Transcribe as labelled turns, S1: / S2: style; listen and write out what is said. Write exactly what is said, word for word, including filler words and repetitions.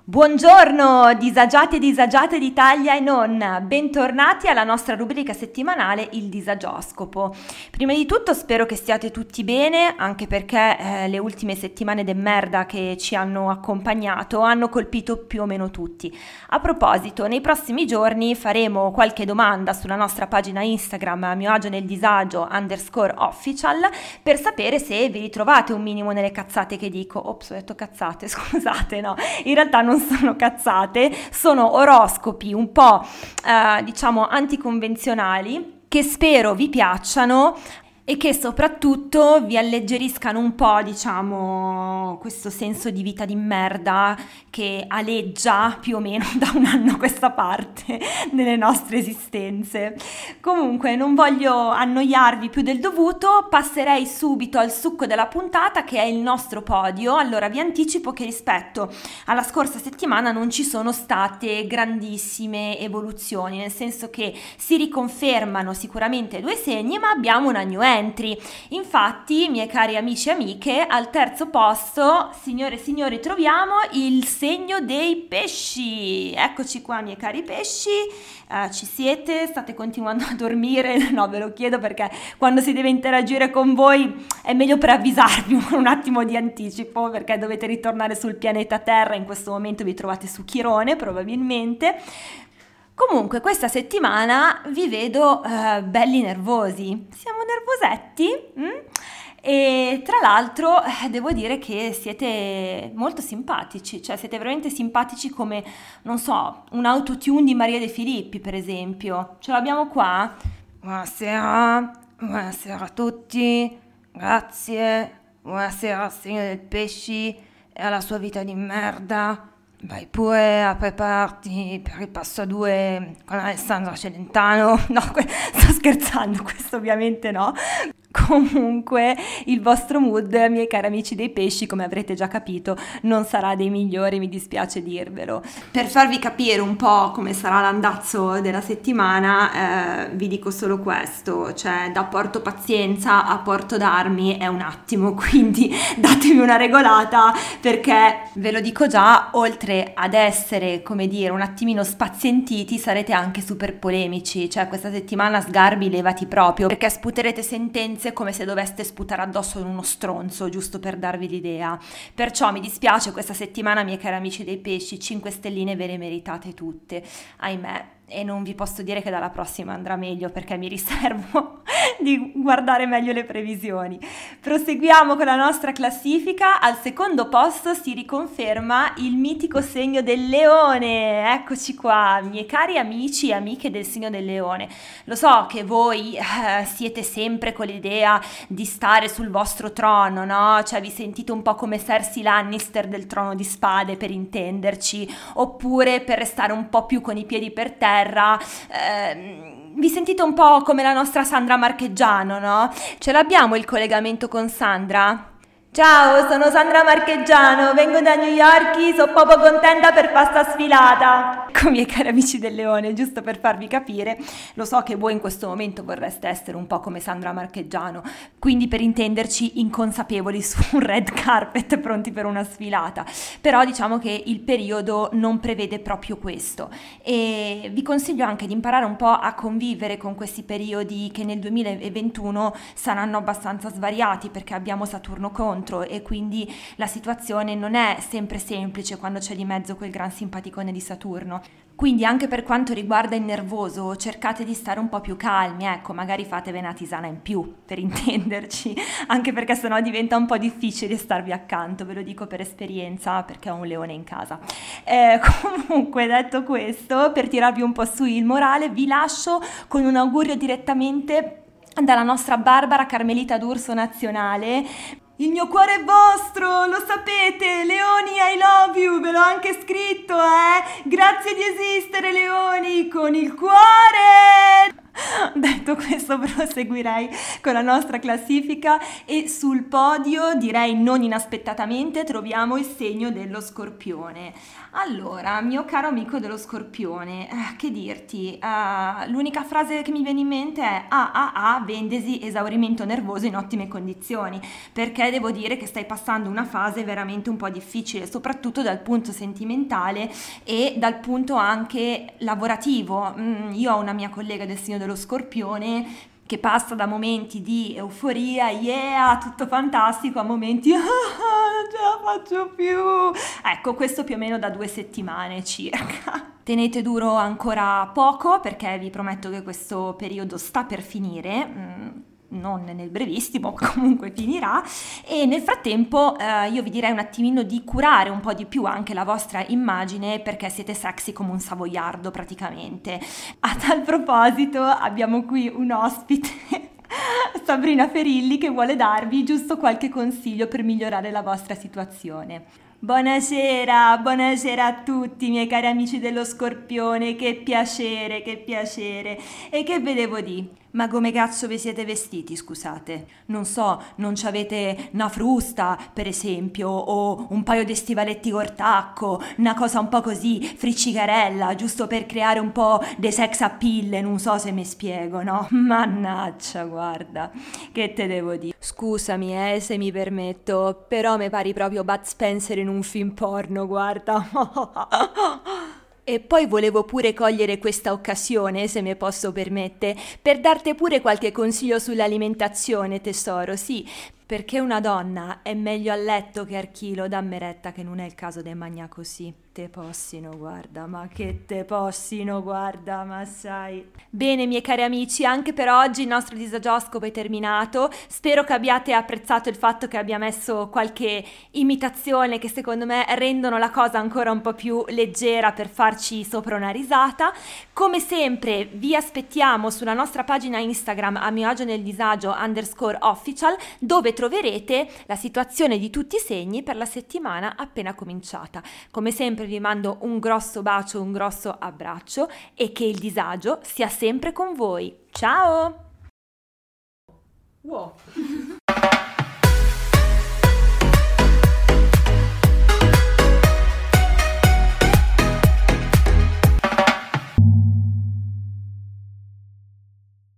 S1: Buongiorno disagiati e disagiate d'Italia e non, bentornati alla nostra rubrica settimanale Il Disagioscopo. Prima di tutto spero che stiate tutti bene, anche perché eh, le ultime settimane de merda che ci hanno accompagnato hanno colpito più o meno tutti. A proposito, nei prossimi giorni faremo qualche domanda sulla nostra pagina Instagram a mio agio nel disagio underscore official per sapere se vi ritrovate un minimo nelle cazzate che dico. Ops, ho detto cazzate, scusate, no, in realtà non sono cazzate, sono oroscopi un po' eh, diciamo anticonvenzionali che spero vi piacciono e che soprattutto vi alleggeriscano un po', diciamo, questo senso di vita di merda che aleggia più o meno da un anno a questa parte nelle nostre esistenze. Comunque non voglio annoiarvi più del dovuto, passerei subito al succo della puntata, che è il nostro podio. Allora vi anticipo che rispetto alla scorsa settimana non ci sono state grandissime evoluzioni, nel senso che si riconfermano sicuramente due segni, ma abbiamo una new entry. Infatti, miei cari amici e amiche, al terzo posto, signore e signori, troviamo il segno dei pesci. Eccoci qua, miei cari pesci, uh, ci siete? State continuando a dormire? No, ve lo chiedo perché quando si deve interagire con voi è meglio preavvisarvi con un attimo di anticipo, perché dovete ritornare sul pianeta Terra. In questo momento vi trovate su Chirone probabilmente. Comunque questa settimana vi vedo uh, belli nervosi, siamo nervosetti mm? E tra l'altro eh, devo dire che siete molto simpatici, cioè siete veramente simpatici come, non so, un autotune di Maria De Filippi per esempio. Ce l'abbiamo qua? Buonasera, buonasera a tutti, grazie, buonasera al segno del pesci e alla sua vita di merda. Vai pure a prepararti per il passo a due con Alessandra Celentano. No, que- sto scherzando, questo ovviamente no. Comunque il vostro mood, miei cari amici dei pesci, come avrete già capito, non sarà dei migliori, mi dispiace dirvelo. Per farvi capire un po' come sarà l'andazzo della settimana, eh, vi dico solo questo, cioè da Porto Pazienza a Porto d'Armi è un attimo, quindi datevi una regolata, perché ve lo dico già, oltre ad essere, come dire, un attimino spazientiti, sarete anche super polemici, cioè questa settimana Sgarbi levati proprio, perché sputerete sentenze come se doveste sputare addosso in uno stronzo, giusto per darvi l'idea. Perciò mi dispiace, questa settimana, miei cari amici dei pesci, cinque stelline ve le meritate tutte, ahimè. E non vi posso dire che dalla prossima andrà meglio, perché mi riservo di guardare meglio le previsioni. Proseguiamo con la nostra classifica. Al secondo posto si riconferma il mitico segno del leone. Eccoci qua, miei cari amici e amiche del segno del leone. Lo so che voi eh, siete sempre con l'idea di stare sul vostro trono, no? Cioè vi sentite un po' come Cersei Lannister del Trono di Spade, per intenderci, oppure per restare un po' più con i piedi per terra. Eh, vi sentite un po' come la nostra Sandra Marcheggiano, no? Ce l'abbiamo il collegamento con Sandra? Ciao, sono Sandra Marcheggiano, vengo da New York, sono proprio contenta per fare sta sfilata. Con i miei cari amici del leone, giusto per farvi capire, lo so che voi in questo momento vorreste essere un po' come Sandra Marcheggiano, quindi per intenderci inconsapevoli su un red carpet pronti per una sfilata, però diciamo che il periodo non prevede proprio questo e vi consiglio anche di imparare un po' a convivere con questi periodi che nel duemilaventuno saranno abbastanza svariati, perché abbiamo Saturno contro e quindi la situazione non è sempre semplice quando c'è di mezzo quel gran simpaticone di Saturno. Quindi anche per quanto riguarda il nervoso cercate di stare un po' più calmi, ecco, magari fatevi una tisana in più, per intenderci, anche perché sennò diventa un po' difficile starvi accanto, ve lo dico per esperienza, perché ho un leone in casa. Eh, comunque, detto questo, per tirarvi un po' su il morale, vi lascio con un augurio direttamente dalla nostra Barbara Carmelita d'Urso Nazionale. Il mio cuore è vostro, lo sapete, leoni I love you, ve l'ho anche scritto, eh? Grazie di esistere, leoni, con il cuore! Detto questo, proseguirei con la nostra classifica e sul podio, direi non inaspettatamente, troviamo il segno dello Scorpione. Allora, mio caro amico dello Scorpione, eh, che dirti? Eh, l'unica frase che mi viene in mente è ah ah ah, vendesi esaurimento nervoso in ottime condizioni, perché devo dire che stai passando una fase veramente un po' difficile, soprattutto dal punto sentimentale e dal punto anche lavorativo. Mm, io ho una mia collega del segno dello Scorpione che passa da momenti di euforia, yeah, tutto fantastico, a momenti, ah, non ce la faccio più. Ecco, questo più o meno da due settimane circa. Tenete duro ancora poco perché vi prometto che questo periodo sta per finire. Mm, non nel brevissimo, comunque finirà, e nel frattempo eh, io vi direi un attimino di curare un po' di più anche la vostra immagine, perché siete sexy come un savoiardo praticamente. A tal proposito abbiamo qui un ospite, Sabrina Ferilli, che vuole darvi giusto qualche consiglio per migliorare la vostra situazione. Buonasera, buonasera a tutti miei cari amici dello Scorpione, che piacere, che piacere. E che vedevo di? Ma come cazzo vi siete vestiti, scusate? Non so, non c'avete una frusta, per esempio, o un paio di stivaletti col tacco, una cosa un po' così, friccicarella, giusto per creare un po' di sex appeal, non so se mi spiego, no? Mannaggia, guarda, che te devo dire? Scusami, eh, se mi permetto, però mi pari proprio Bud Spencer in un film porno, guarda. E poi volevo pure cogliere questa occasione, se mi posso permettere, per darti pure qualche consiglio sull'alimentazione, tesoro, sì, perché una donna è meglio a letto che al chilo, dammi retta che non è il caso di mangià così. Te possino, guarda, ma che te possino, guarda, ma sai. Bene, miei cari amici, anche per oggi il nostro disagioscopo è terminato. Spero che abbiate apprezzato il fatto che abbia messo qualche imitazione che secondo me rendono la cosa ancora un po' più leggera per farci sopra una risata. Come sempre vi aspettiamo sulla nostra pagina Instagram a mio agio nel disagio underscore official, dove troverete la situazione di tutti i segni per la settimana appena cominciata. Come sempre vi mando un grosso bacio, un grosso abbraccio e che il disagio sia sempre con voi. Ciao! Wow.